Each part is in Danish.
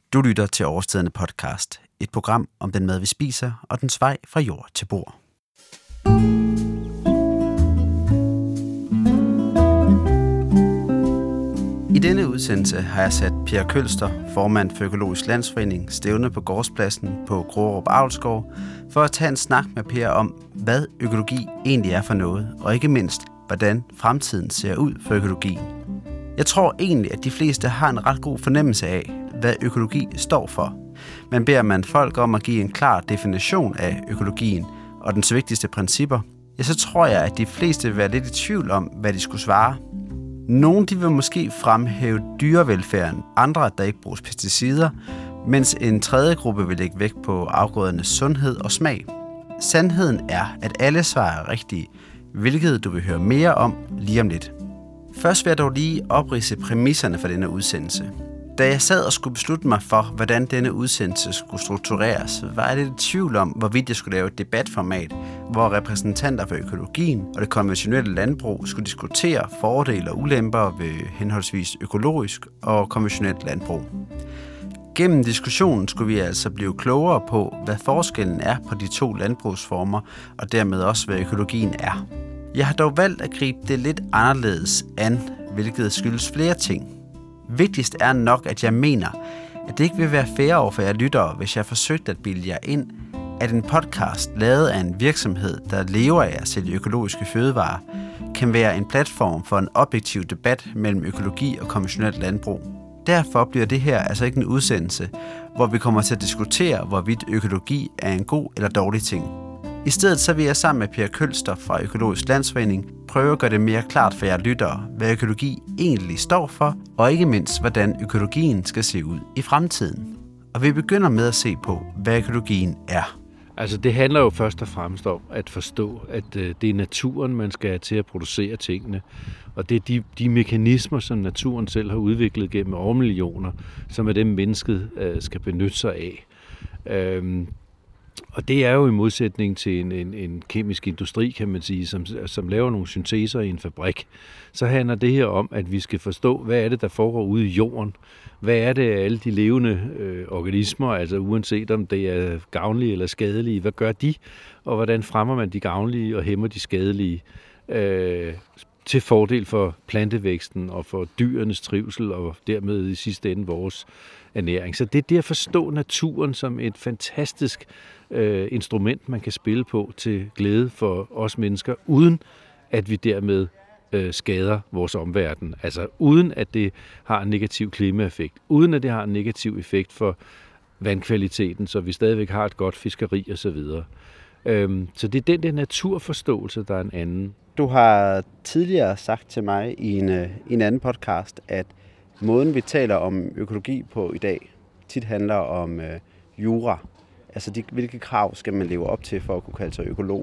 Du lytter til Årstiderne podcast, et program om den mad, vi spiser, og dens vej fra jord til bord. I denne udsendelse har jeg sat Per Kølster, formand for Økologisk Landsforening, stævne på gårdspladsen på Krogerup Avlsgård, for at tage en snak med Per om, hvad økologi egentlig er for noget, og ikke mindst, hvordan fremtiden ser ud for økologien. Jeg tror egentlig, at de fleste har en ret god fornemmelse af, hvad økologi står for. Men beder man folk om at give en klar definition af økologien og dens vigtigste principper, ja, så tror jeg, at de fleste vil være lidt i tvivl om, hvad de skulle svare. Nogle de vil måske fremhæve dyrevelfærden, andre at der ikke bruges pesticider, mens en tredje gruppe vil lægge vægt på afgrødernes sundhed og smag. Sandheden er, at alle svar er rigtige, hvilket du vil høre mere om lige om lidt. Først vil jeg dog lige opridse præmisserne for denne udsendelse. Da jeg sad og skulle beslutte mig for, hvordan denne udsendelse skulle struktureres, var jeg lidt i tvivl om, hvorvidt jeg skulle lave et debatformat, hvor repræsentanter for økologien og det konventionelle landbrug skulle diskutere fordele og ulemper ved henholdsvis økologisk og konventionelt landbrug. Gennem diskussionen skulle vi altså blive klogere på, hvad forskellen er på de to landbrugsformer, og dermed også, hvad økologien er. Jeg har dog valgt at gribe det lidt anderledes an, hvilket skyldes flere ting. Vigtigst er nok, at jeg mener, at det ikke vil være fair over for jer lyttere, hvis jeg forsøgte at bilde jer ind, at en podcast lavet af en virksomhed, der lever af at sælge økologiske fødevarer, kan være en platform for en objektiv debat mellem økologi og konventionelt landbrug. Derfor bliver det her altså ikke en udsendelse, hvor vi kommer til at diskutere, hvorvidt økologi er en god eller dårlig ting. I stedet så vil jeg sammen med Per Kølster fra Økologisk Landsforening prøve at gøre det mere klart for jer lyttere, hvad økologi egentlig står for, og ikke mindst, hvordan økologien skal se ud i fremtiden. Og vi begynder med at se på, hvad økologien er. Altså det handler jo først og fremmest om at forstå, at det er naturen, man skal have til at producere tingene. Og det er de mekanismer, som naturen selv har udviklet gennem årmillioner, som er dem mennesket skal benytte sig af. Og det er jo i modsætning til en kemisk industri, kan man sige, som laver nogle synteser i en fabrik. Så handler det her om, at vi skal forstå, hvad er det, der foregår ude i jorden. Hvad er det af alle de levende organismer, altså uanset om det er gavnlige eller skadelige, hvad gør de? Og hvordan fremmer man de gavnlige og hæmmer de skadelige til fordel for plantevæksten og for dyrenes trivsel og dermed i sidste ende vores ernæring. Så det er det at forstå naturen som et fantastisk instrument, man kan spille på til glæde for os mennesker, uden at vi dermed skader vores omverden. Altså uden at det har en negativ klimaeffekt, uden at det har en negativ effekt for vandkvaliteten, så vi stadigvæk har et godt fiskeri osv. Så det er den der naturforståelse, der er en anden. Du har tidligere sagt til mig i en anden podcast, at måden vi taler om økologi på i dag tit handler om jura. Altså hvilke krav skal man leve op til for at kunne kalde sig økolog.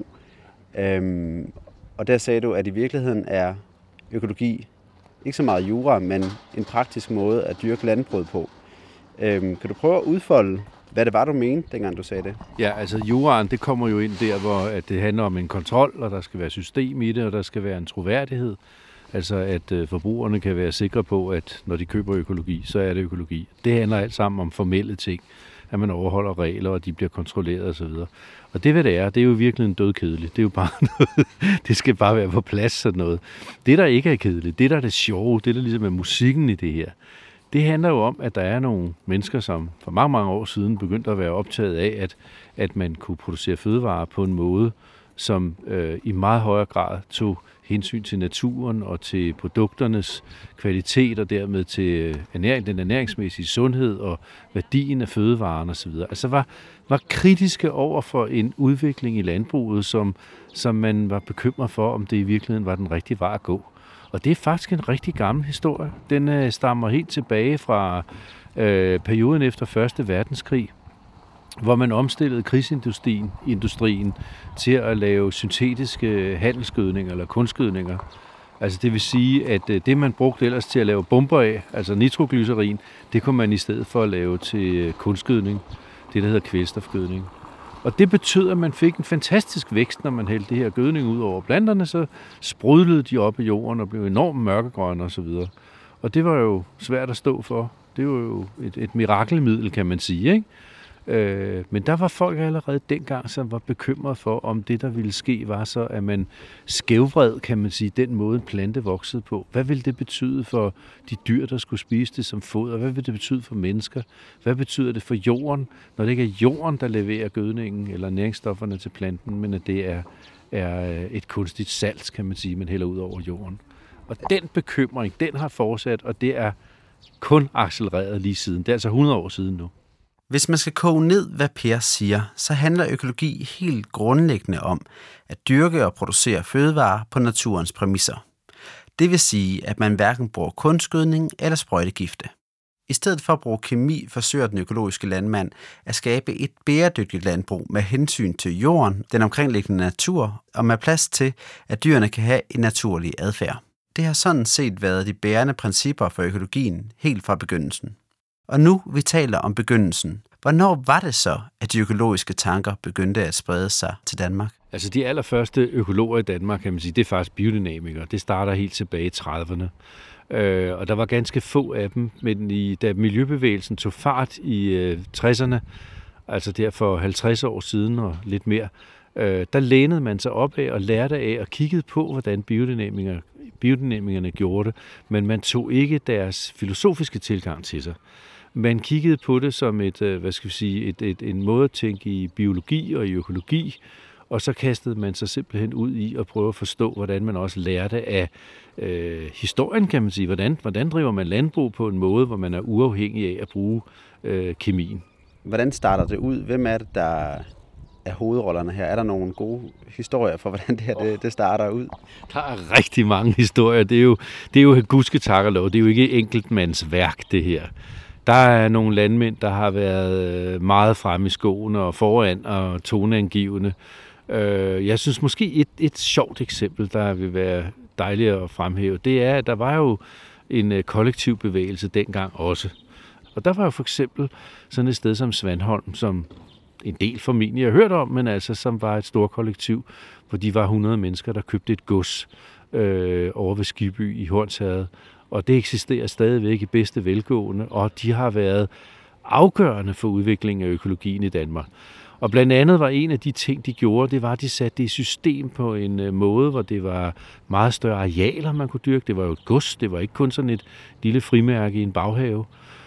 Og der sagde du, at i virkeligheden er økologi ikke så meget jura, men en praktisk måde at dyrke landbruget på. Kan du prøve at udfolde, hvad det var, du mente, dengang du sagde det? Ja, altså juraen, det kommer jo ind der, hvor at det handler om en kontrol, og der skal være system i det, og der skal være en troværdighed. Altså at forbrugerne kan være sikre på, at når de køber økologi, så er det økologi. Det handler alt sammen om formelle ting, at man overholder regler, og de bliver kontrolleret osv. Og det, hvad det er jo virkelig en dødkedeligt. Det er jo bare noget, det skal bare være på plads sådan noget. Det, der ikke er kedeligt, det, der er det sjove, det, der ligesom er musikken i det her, det handler jo om, at der er nogle mennesker, som for mange, mange år siden begyndte at være optaget af, at man kunne producere fødevarer på en måde, som i meget højere grad tog hensyn til naturen og til produkternes kvalitet og dermed til den ernæringsmæssige sundhed og værdien af fødevarerne osv. Altså var kritiske over for en udvikling i landbruget, som man var bekymret for, om det i virkeligheden var den rigtige vej at gå. Og det er faktisk en rigtig gammel historie. Den stammer helt tilbage fra perioden efter 1. verdenskrig, hvor man omstillede krigsindustrien til at lave syntetiske handelsgødninger eller kunstgødninger. Altså det vil sige, at det man brugte ellers til at lave bomber af, altså nitroglycerin, det kunne man i stedet for at lave til kunstgødning, det der hedder kvælstofgødning. Og det betød, at man fik en fantastisk vækst, når man hældte det her gødning ud over planterne, så sprudlede de op i jorden og blev enormt mørkegrønne osv. Og det var jo svært at stå for. Det er jo et mirakelmiddel, kan man sige, ikke? Men der var folk allerede dengang, som var bekymret for, om det, der ville ske, var så, at man skævvred, kan man sige, den måde en plante voksede på. Hvad ville det betyde for de dyr, der skulle spise det som foder? Hvad ville det betyde for mennesker? Hvad betyder det for jorden, når det ikke er jorden, der leverer gødningen eller næringsstofferne til planten, men at det er et kunstigt salt, kan man sige, man hælder ud over jorden. Og den bekymring, den har fortsat, og det er kun accelereret lige siden. Det er altså 100 år siden nu. Hvis man skal koge ned, hvad Per siger, så handler økologi helt grundlæggende om at dyrke og producere fødevarer på naturens præmisser. Det vil sige, at man hverken bruger kunstgødning eller sprøjtegifte. I stedet for at bruge kemi, forsøger den økologiske landmand at skabe et bæredygtigt landbrug med hensyn til jorden, den omkringliggende natur og med plads til, at dyrene kan have en naturlig adfærd. Det har sådan set været de bærende principper for økologien helt fra begyndelsen. Og nu vi taler om begyndelsen. Hvornår var det så, at de økologiske tanker begyndte at sprede sig til Danmark? Altså de allerførste økologer i Danmark, kan man sige, det er faktisk biodynamikere. Det starter helt tilbage i 30'erne. Og der var ganske få af dem, men da miljøbevægelsen tog fart i 60'erne, altså der for 50 år siden og lidt mere, der lænede man sig op af og lærte af og kiggede på, hvordan biodynamikerne gjorde det, men man tog ikke deres filosofiske tilgang til sig. Man kiggede på det som en måde at tænke i biologi og i økologi, og så kastede man sig simpelthen ud i at prøve at forstå, hvordan man også lærte af historien, kan man sige. Hvordan driver man landbrug på en måde, hvor man er uafhængig af at bruge kemien? Hvordan starter det ud? Hvem er det, der er hovedrollerne her? Er der nogle gode historier for, hvordan det starter ud? Der er rigtig mange historier. Det er jo gudske tak og lov. Det er jo ikke enkeltmands værk, det her. Der er nogle landmænd, der har været meget fremme i skoene og foran og toneangivende. Jeg synes måske et sjovt eksempel, der vil være dejligt at fremhæve, det er, at der var jo en kollektiv bevægelse dengang også. Og der var jo for eksempel sådan et sted som Svanholm, som en del formentlig har hørt om, men altså som var et stort kollektiv, hvor de var 100 mennesker, der købte et gods over ved Skiby i Hornsherred. Og det eksisterer stadigvæk i bedste velgående, og de har været afgørende for udviklingen af økologien i Danmark. Og blandt andet var en af de ting, de gjorde, det var, at de satte det i system på en måde, hvor det var meget større arealer, man kunne dyrke. Det var jo et gods, det var ikke kun sådan et lille frimærke i en baghave.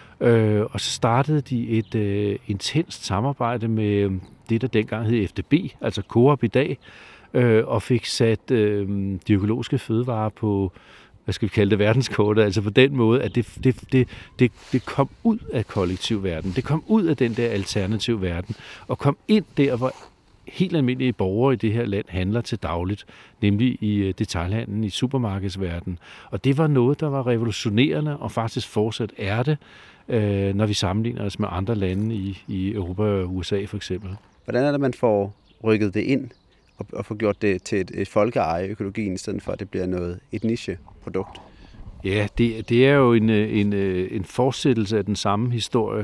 Og så startede de et intenst samarbejde med det, der dengang hed FDB, altså Coop i dag, og fik sat de økologiske fødevarer på, hvad skal vi kalde det, verdenskortet, altså på den måde, at det kom ud af kollektiv verden, det kom ud af den der alternativ verden, og kom ind der, hvor helt almindelige borgere i det her land handler til dagligt, nemlig i detailhandlen, i supermarkedsverdenen. Og det var noget, der var revolutionerende, og faktisk fortsat er det, når vi sammenligner os med andre lande i Europa og USA for eksempel. Hvordan er det, man får rykket det ind og få gjort det til et folkeeje økologien, i stedet for at det bliver et nicheprodukt? Ja, det er jo en fortsættelse af den samme historie,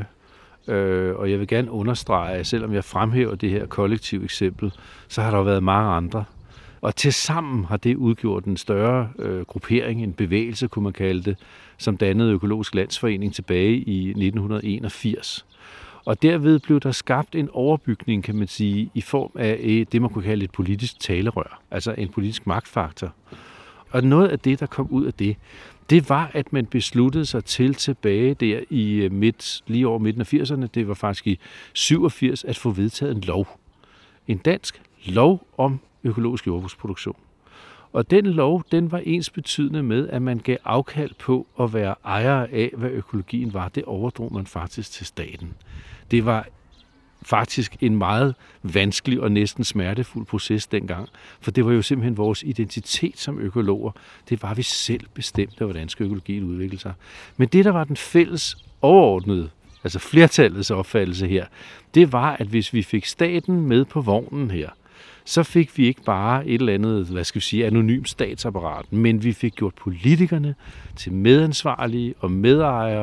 og jeg vil gerne understrege, at selvom jeg fremhæver det her kollektive eksempel, så har der jo været mange andre. Og tilsammen har det udgjort en større gruppering, en bevægelse, kunne man kalde det, som dannede Økologisk Landsforening tilbage i 1981. Og derved blev der skabt en overbygning, kan man sige, i form af det, man kunne kalde et politisk talerør, altså en politisk magtfaktor. Og noget af det, der kom ud af det var, at man besluttede sig tilbage der i lige over midten af 80'erne, det var faktisk i 87, at få vedtaget en lov. En dansk lov om økologisk jordbrugsproduktion. Og den lov, den var ensbetydende med, at man gav afkald på at være ejer af, hvad økologien var. Det overdrog man faktisk til staten. Det var faktisk en meget vanskelig og næsten smertefuld proces dengang, for det var jo simpelthen vores identitet som økologer. Det var vi selv bestemte, hvordan skal økologien udvikle sig. Men det, der var den fælles overordnede, altså flertallets opfattelse her, det var, at hvis vi fik staten med på vognen her, så fik vi ikke bare et eller andet, anonymt statsapparat, men vi fik gjort politikerne til medansvarlige og medejere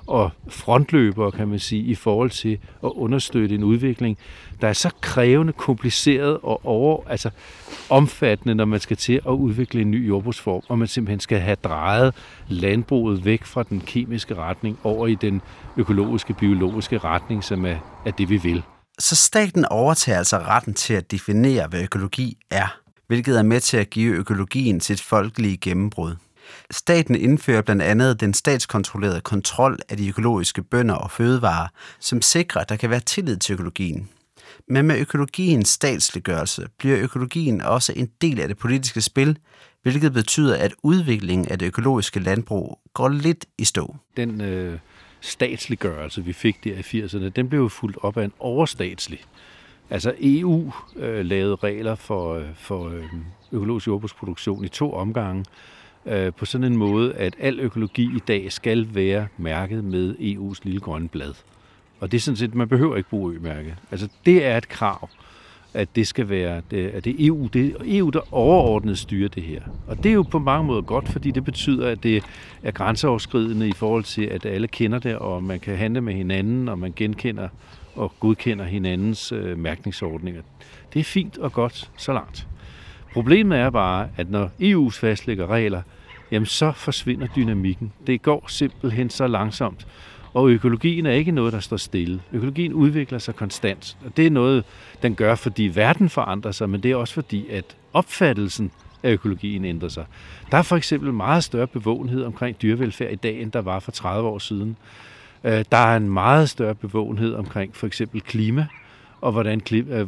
og frontløbere, kan man sige, i forhold til at understøtte en udvikling, der er så krævende, kompliceret og omfattende, når man skal til at udvikle en ny jordbrugsform, og man simpelthen skal have drejet landbruget væk fra den kemiske retning over i den økologiske, biologiske retning, som er det, vi vil. Så staten overtager altså retten til at definere, hvad økologi er, hvilket er med til at give økologien sit folkelige gennembrud. Staten indfører blandt andet den statskontrollerede kontrol af de økologiske bønder og fødevarer, som sikrer, at der kan være tillid til økologien. Men med økologiens statsliggørelse bliver økologien også en del af det politiske spil, hvilket betyder, at udviklingen af det økologiske landbrug går lidt i stå. Den statsliggørelse, vi fik der i 80'erne, den blev fulgt op af en overstatslig. Altså EU lavede regler for økologisk jordbrugsproduktion i 2 omgange, på sådan en måde, at al økologi i dag skal være mærket med EU's lille grønne blad. Og det er sådan set, man behøver ikke bruge ø-mærke. Altså det er et krav, at det skal være, at det er EU, der overordnet styrer det her. Og det er jo på mange måder godt, fordi det betyder, at det er grænseoverskridende i forhold til, at alle kender det, og man kan handle med hinanden, og man genkender og godkender hinandens mærkningsordninger. Det er fint og godt så langt. Problemet er bare, at når EU fastlægger regler, jamen så forsvinder dynamikken. Det går simpelthen så langsomt. Og økologien er ikke noget, der står stille. Økologien udvikler sig konstant. Og det er noget, den gør, fordi verden forandrer sig, men det er også fordi, at opfattelsen af økologien ændrer sig. Der er for eksempel meget større bevågenhed omkring dyrevelfærd i dag, end der var for 30 år siden. Der er en meget større bevågenhed omkring for eksempel klima, og hvordan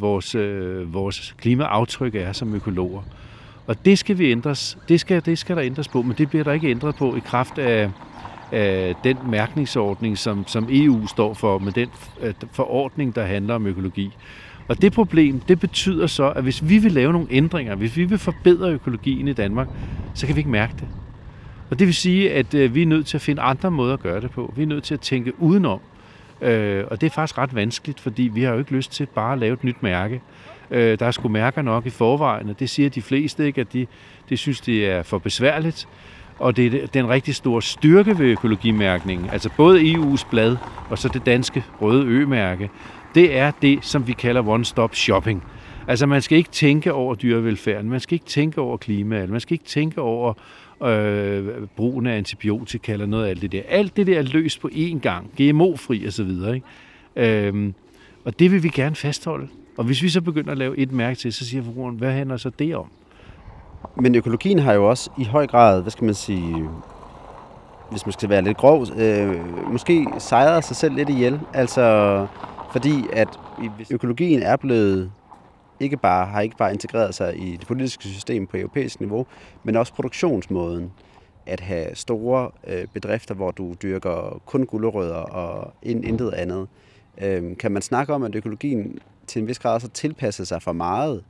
vores klimaaftryk er som økologer. Og det skal vi ændres. Det skal der ændres på, men det bliver der ikke ændret på i kraft af den mærkningsordning, som EU står for, med den forordning, der handler om økologi. Og det problem, det betyder så, at hvis vi vil lave nogle ændringer, hvis vi vil forbedre økologien i Danmark, så kan vi ikke mærke det. Og det vil sige, at vi er nødt til at finde andre måder at gøre det på. Vi er nødt til at tænke udenom. Og det er faktisk ret vanskeligt, fordi vi har jo ikke lyst til bare at lave et nyt mærke. Der er sgu mærker nok i forvejen, og det siger de fleste ikke, at de synes, det er for besværligt. Og det er den rigtig store styrke ved økologimærkningen, altså både EU's blad og så det danske røde ø-mærke, det er det, som vi kalder one-stop shopping. Altså man skal ikke tænke over dyrevelfærden, man skal ikke tænke over klimaet, man skal ikke tænke over brugen af antibiotika eller noget af alt det der. Alt det der er løst på én gang, GMO-fri og så videre. Ikke? Og det vil vi gerne fastholde. Og hvis vi så begynder at lave et mærke til, så siger forbrugeren, hvad handler så det om? Men økologien har jo også i høj grad, hvad skal man sige, hvis man skal være lidt grov, måske sejret sig selv lidt ihjel. Altså fordi at hvis økologien er blevet har ikke bare integreret sig i det politiske system på europæisk niveau, men også produktionsmåden. At have store bedrifter, hvor du dyrker kun gulerødder og intet andet. Kan man snakke om, at økologien til en vis grad så tilpasser sig for meget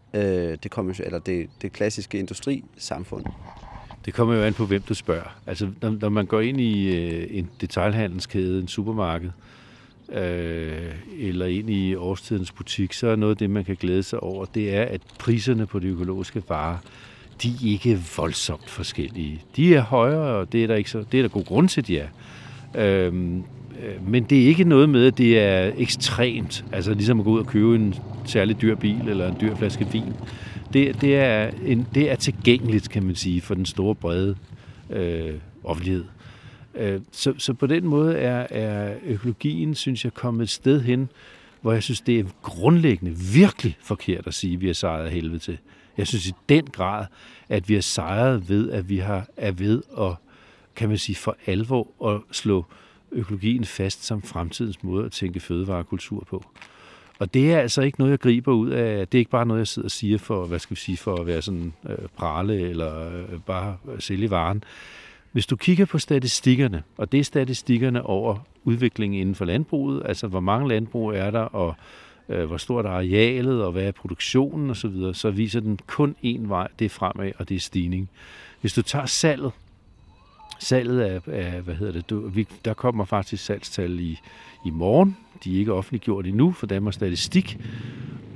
det klassiske industrisamfund? Det kommer jo an på, hvem du spørger. Altså, når man går ind i en detailhandelskæde, en supermarked, eller ind i årstidens butik, så er noget af det, man kan glæde sig over, det er, at priserne på de økologiske varer, de er ikke voldsomt forskellige. De er højere, og det er der god grund til, de er. Men det er ikke noget med, at det er ekstremt, altså ligesom at gå ud og købe en særlig dyr bil eller en dyr flaske vin. Det er tilgængeligt, kan man sige, for den store brede offentlighed. Så på den måde er økologien, synes jeg, kommet et sted hen, hvor jeg synes, det er grundlæggende virkelig forkert at sige, at vi har sejret af helvede til. Jeg synes i den grad, at vi har sejret ved, at vi er ved at, kan man sige, for alvor at slå økologien fast som fremtidens måde at tænke fødevarekultur på. Og det er altså ikke noget, jeg griber ud af. Det er ikke bare noget, jeg sidder og siger for at være sådan prale eller bare sælge varen. Hvis du kigger på statistikkerne, og det er statistikkerne over udviklingen inden for landbruget, altså hvor mange landbrug er der, og hvor stort er arealet, og hvad er produktionen osv., så viser den kun én vej, det er fremad, og det er stigning. Hvis du tager salget af der kommer faktisk salgstal i morgen. De er ikke offentliggjort endnu for Danmarks Statistik.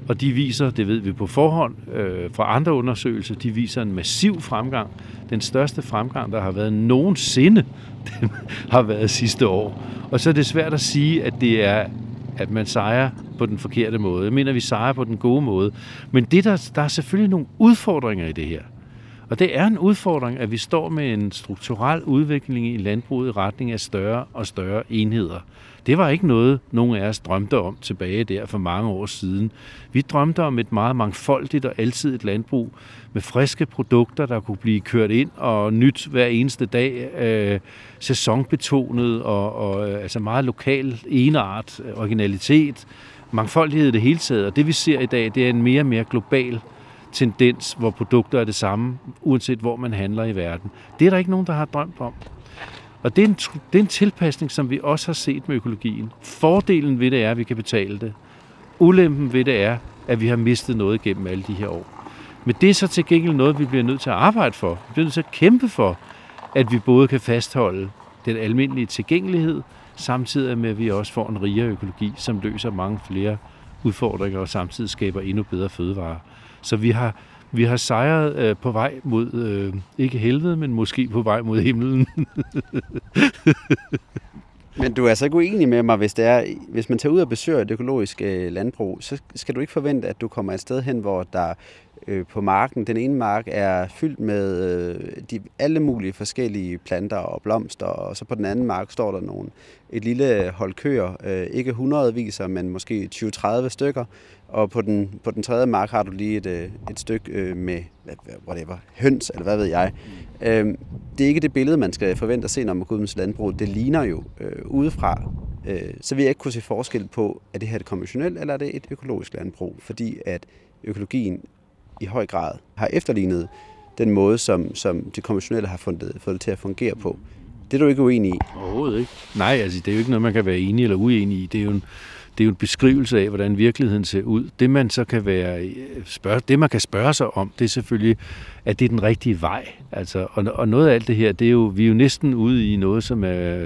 og de viser, det ved vi på forhånd fra andre undersøgelser, de viser en massiv fremgang. Den største fremgang, der har været nogensinde, den har været sidste år. Og så er det svært at sige, at det er, at man sejrer på den forkerte måde. Jeg mener, vi sejrer på den gode måde. Men der er selvfølgelig nogle udfordringer i det her. Og det er en udfordring, at vi står med en strukturel udvikling i landbruget i retning af større og større enheder. Det var ikke noget, nogen af os drømte om tilbage der for mange år siden. Vi drømte om et meget mangfoldigt og alsidigt landbrug med friske produkter, der kunne blive kørt ind og nyt hver eneste dag, sæsonbetonet og altså meget lokal enart, originalitet, mangfoldighed i det hele taget. Og det vi ser i dag, det er en mere og mere global tendens, hvor produkter er det samme, uanset hvor man handler i verden. Det er der ikke nogen, der har drømt om. Og det er en tilpasning, som vi også har set med økologien. Fordelen ved det er, at vi kan betale det. Ulempen ved det er, at vi har mistet noget gennem alle de her år. Men det er så til gengæld noget, vi bliver nødt til at arbejde for. Vi bliver nødt til at kæmpe for, at vi både kan fastholde den almindelige tilgængelighed, samtidig med, at vi også får en rigere økologi, som løser mange flere udfordringer og samtidig skaber endnu bedre fødevarer. Så vi har sejret på vej mod, ikke helvede, men måske på vej mod himlen. Men du er altså ikke uenig med mig, hvis man tager ud og besøger et økologisk landbrug, så skal du ikke forvente, at du kommer et sted hen, hvor der på marken, den ene mark er fyldt med alle mulige forskellige planter og blomster, og så på den anden mark står der et lille hold køer, ikke hundredviser, men måske 20-30 stykker, og på den tredje mark har du lige et stykke med whatever, høns, eller hvad ved jeg. Det er ikke det billede, man skal forvente at se, når man går ud med landbrug. Det ligner jo udefra. Så vil jeg ikke kunne se forskel på, er det her et konventionelt, eller er det et økologisk landbrug, fordi at økologien i høj grad har efterlignet den måde, som det konventionelle har fået det til at fungere på. Det er du ikke uenig i? Overhovedet ikke. Nej, altså det er jo ikke noget, man kan være enig eller uenig i. Det er jo en beskrivelse af, hvordan virkeligheden ser ud. Det man så kan det man kan spørge sig om, det er selvfølgelig, at det er den rigtige vej. Altså, og noget af alt det her, det er jo, vi er jo næsten ude i noget, som er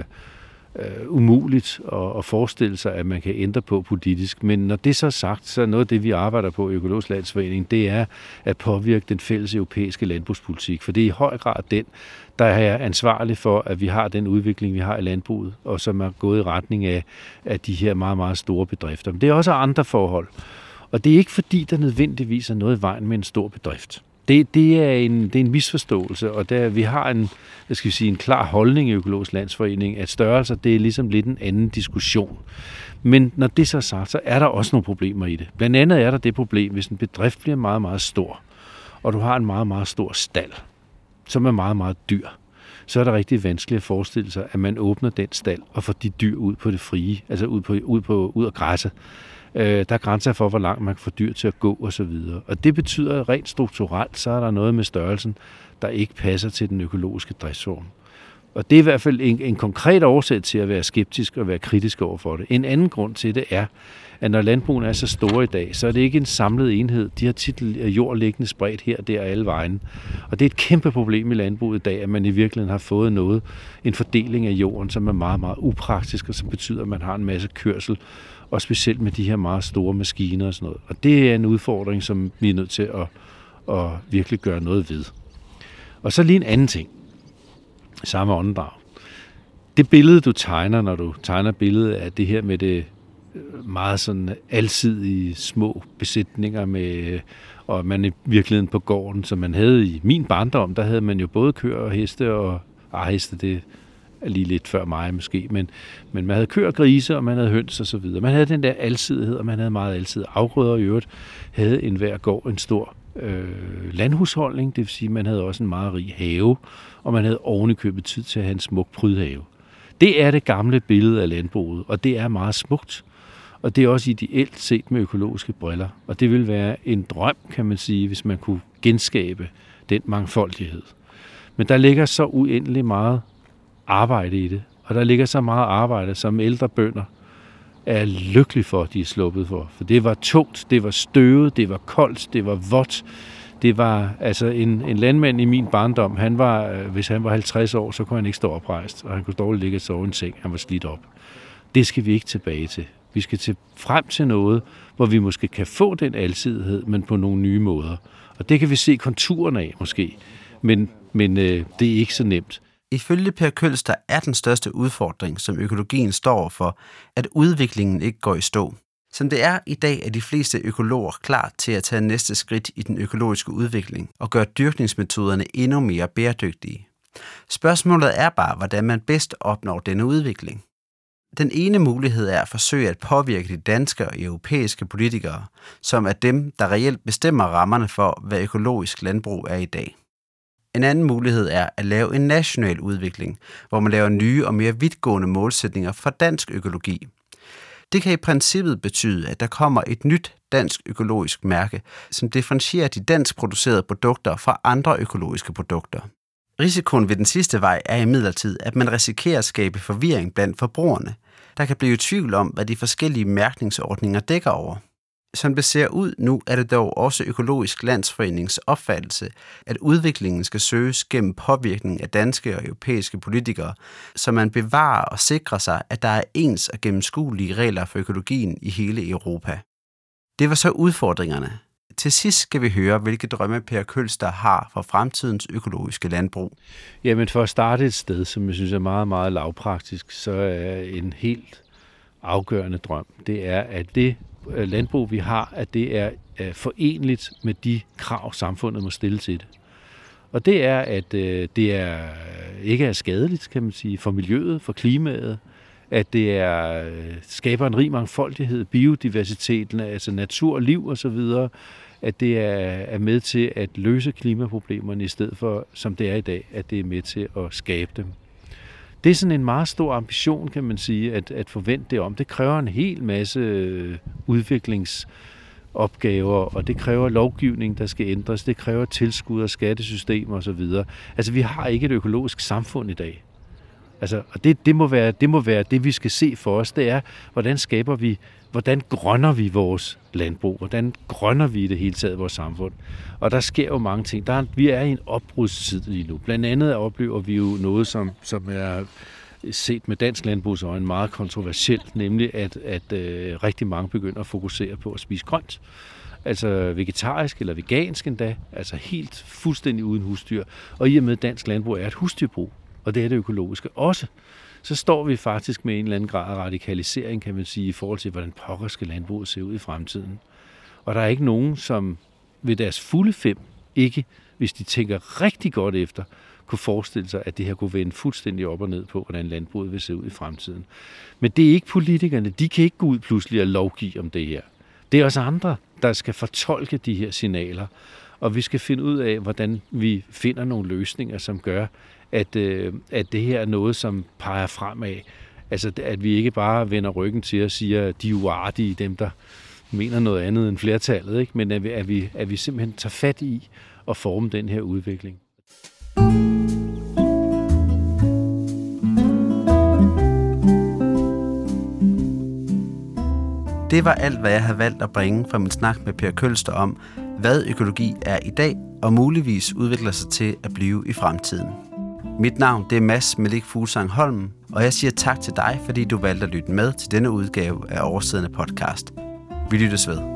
umuligt at forestille sig, at man kan ændre på politisk. Men når det så er sagt, så er noget af det, vi arbejder på i Økologisk Landsforening, det er at påvirke den fælles europæiske landbrugspolitik. For det er i høj grad den, der er ansvarlig for, at vi har den udvikling, vi har i landbruget, og som er gået i retning af de her meget, meget store bedrifter. Men det er også andre forhold. Og det er ikke fordi, der nødvendigvis er noget i vejen med en stor bedrift. Det er en misforståelse, og vi har en klar holdning i Økologisk Landsforening, at størrelser, det er ligesom lidt en anden diskussion. Men når det så er sagt, så er der også nogle problemer i det. Blandt andet er der det problem, hvis en bedrift bliver meget, meget stor, og du har en meget, meget stor stald, som er meget, meget dyr, så er det rigtig vanskeligt at forestille sig, at man åbner den stald og får de dyr ud på det frie, altså ud af græsset. Der er grænser for, hvor langt man kan få dyr til at gå osv. Og det betyder rent strukturelt, så er der noget med størrelsen, der ikke passer til den økologiske driftsform. Og det er i hvert fald en konkret årsag til at være skeptisk og være kritisk over for det. En anden grund til det er, at når landbrugene er så store i dag, så er det ikke en samlet enhed. De har tit jord liggende spredt her, der og alle vejen. Og det er et kæmpe problem i landbruget i dag, at man i virkeligheden har fået en fordeling af jorden, som er meget, meget upraktisk, og som betyder, at man har en masse kørsel, og specielt med de her meget store maskiner og sådan noget. Og det er en udfordring, som vi er nødt til at virkelig gøre noget ved. Og så lige en anden ting. Samme åndedrag. Det billede, du tegner, når du tegner billedet af det her med det meget sådan alsidige små besætninger og man i virkeligheden på gården, som man havde i min barndom, der havde man jo både køer og heste, og heste, det er lige lidt før mig måske, men man havde køer og grise, og man havde høns og så videre. Man havde den der alsidighed, og man havde meget alsidige afgrøder, i øvrigt havde enhver gård en stor landhusholdning, det vil sige, at man havde også en meget rig have, og man havde ovenikøbet tid til at have en smuk prydhave. Det er det gamle billede af landbruget, og det er meget smukt. Og det er også ideelt set med økologiske briller. Og det vil være en drøm, kan man sige, hvis man kunne genskabe den mangfoldighed. Men der ligger så uendelig meget arbejde i det. Og der ligger så meget arbejde, som ældre bønder er lykkelige for, at de er sluppet for. For det var tungt, det var støvet, det var koldt, det var vådt. Det var altså en landmand i min barndom, hvis han var 50 år, så kunne han ikke stå oprejst, og han kunne dårligt ligge og sove i en seng, han var slidt op. Det skal vi ikke tilbage til. Vi skal frem til noget, hvor vi måske kan få den alsidighed, men på nogle nye måder. Og det kan vi se konturerne af måske, men det er ikke så nemt. Ifølge Per Kølster er den største udfordring, som økologien står for, at udviklingen ikke går i stå. Som det er i dag, er de fleste økologer klar til at tage næste skridt i den økologiske udvikling og gøre dyrkningsmetoderne endnu mere bæredygtige. Spørgsmålet er bare, hvordan man bedst opnår denne udvikling. Den ene mulighed er at forsøge at påvirke de danske og europæiske politikere, som er dem, der reelt bestemmer rammerne for, hvad økologisk landbrug er i dag. En anden mulighed er at lave en national udvikling, hvor man laver nye og mere vidtgående målsætninger for dansk økologi. Det kan i princippet betyde, at der kommer et nyt dansk økologisk mærke, som differentierer de dansk producerede produkter fra andre økologiske produkter. Risikoen ved den sidste vej er imidlertid, at man risikerer at skabe forvirring blandt forbrugerne, der kan blive i tvivl om, hvad de forskellige mærkningsordninger dækker over. Som det ser ud nu, er det dog også Økologisk Landsforenings opfattelse, at udviklingen skal søges gennem påvirkning af danske og europæiske politikere, så man bevarer og sikrer sig, at der er ens og gennemskuelige regler for økologien i hele Europa. Det var så udfordringerne. Til sidst skal vi høre, hvilke drømme Per Kølster har for fremtidens økologiske landbrug. Jamen for at starte et sted, som jeg synes er meget, meget lavpraktisk, så er en helt afgørende drøm, det er, at det landbrug, vi har, at det er forenligt med de krav, samfundet må stille til det. Og det er, at det ikke er skadeligt, kan man sige, for miljøet, for klimaet, at det skaber en rig mangfoldighed, biodiversiteten, altså natur, liv osv., at det er med til at løse klimaproblemerne i stedet for, som det er i dag, at det er med til at skabe dem. Det er sådan en meget stor ambition, kan man sige, at forvente det om. Det kræver en hel masse udviklingsopgaver, og det kræver lovgivning, der skal ændres. Det kræver tilskud og skattesystemer osv. Altså, vi har ikke et økologisk samfund i dag. Altså, og det må være det, vi skal se for os. Det er, hvordan grønner vi vores landbrug? Hvordan grønner vi i det hele taget vores samfund? Og der sker jo mange ting. Vi er i en opbrudstid lige nu. Blandt andet oplever vi jo noget, som er set med dansk landbrugsøjne meget kontroversielt, nemlig at rigtig mange begynder at fokusere på at spise grønt. Altså vegetarisk eller vegansk endda, altså helt fuldstændig uden husdyr. Og i og med dansk landbrug er et husdyrbrug, og det er det økologiske også, så står vi faktisk med en eller anden grad af radikalisering, kan man sige, i forhold til, hvordan pokker skal landbruget se ud i fremtiden. Og der er ikke nogen, som ved deres fulde 5 ikke, hvis de tænker rigtig godt efter, kunne forestille sig, at det her kunne vende fuldstændig op og ned på, hvordan landbruget vil se ud i fremtiden. Men det er ikke politikerne. De kan ikke gå ud pludselig og lovgive om det her. Det er også andre, der skal fortolke de her signaler. Og vi skal finde ud af, hvordan vi finder nogle løsninger, som gør, at det her er noget, som peger fremad. Altså, at vi ikke bare vender ryggen til og siger, at de er uartige, dem der mener noget andet end flertallet, ikke? Men at vi simpelthen tager fat i at forme den her udvikling. Det var alt, hvad jeg havde valgt at bringe fra min snak med Per Kølster om, hvad økologi er i dag og muligvis udvikler sig til at blive i fremtiden. Mit navn det er Mads Malik Fuglsang Holm, og jeg siger tak til dig, fordi du valgte at lytte med til denne udgave af Oversiden podcast. Vi lyttes ved.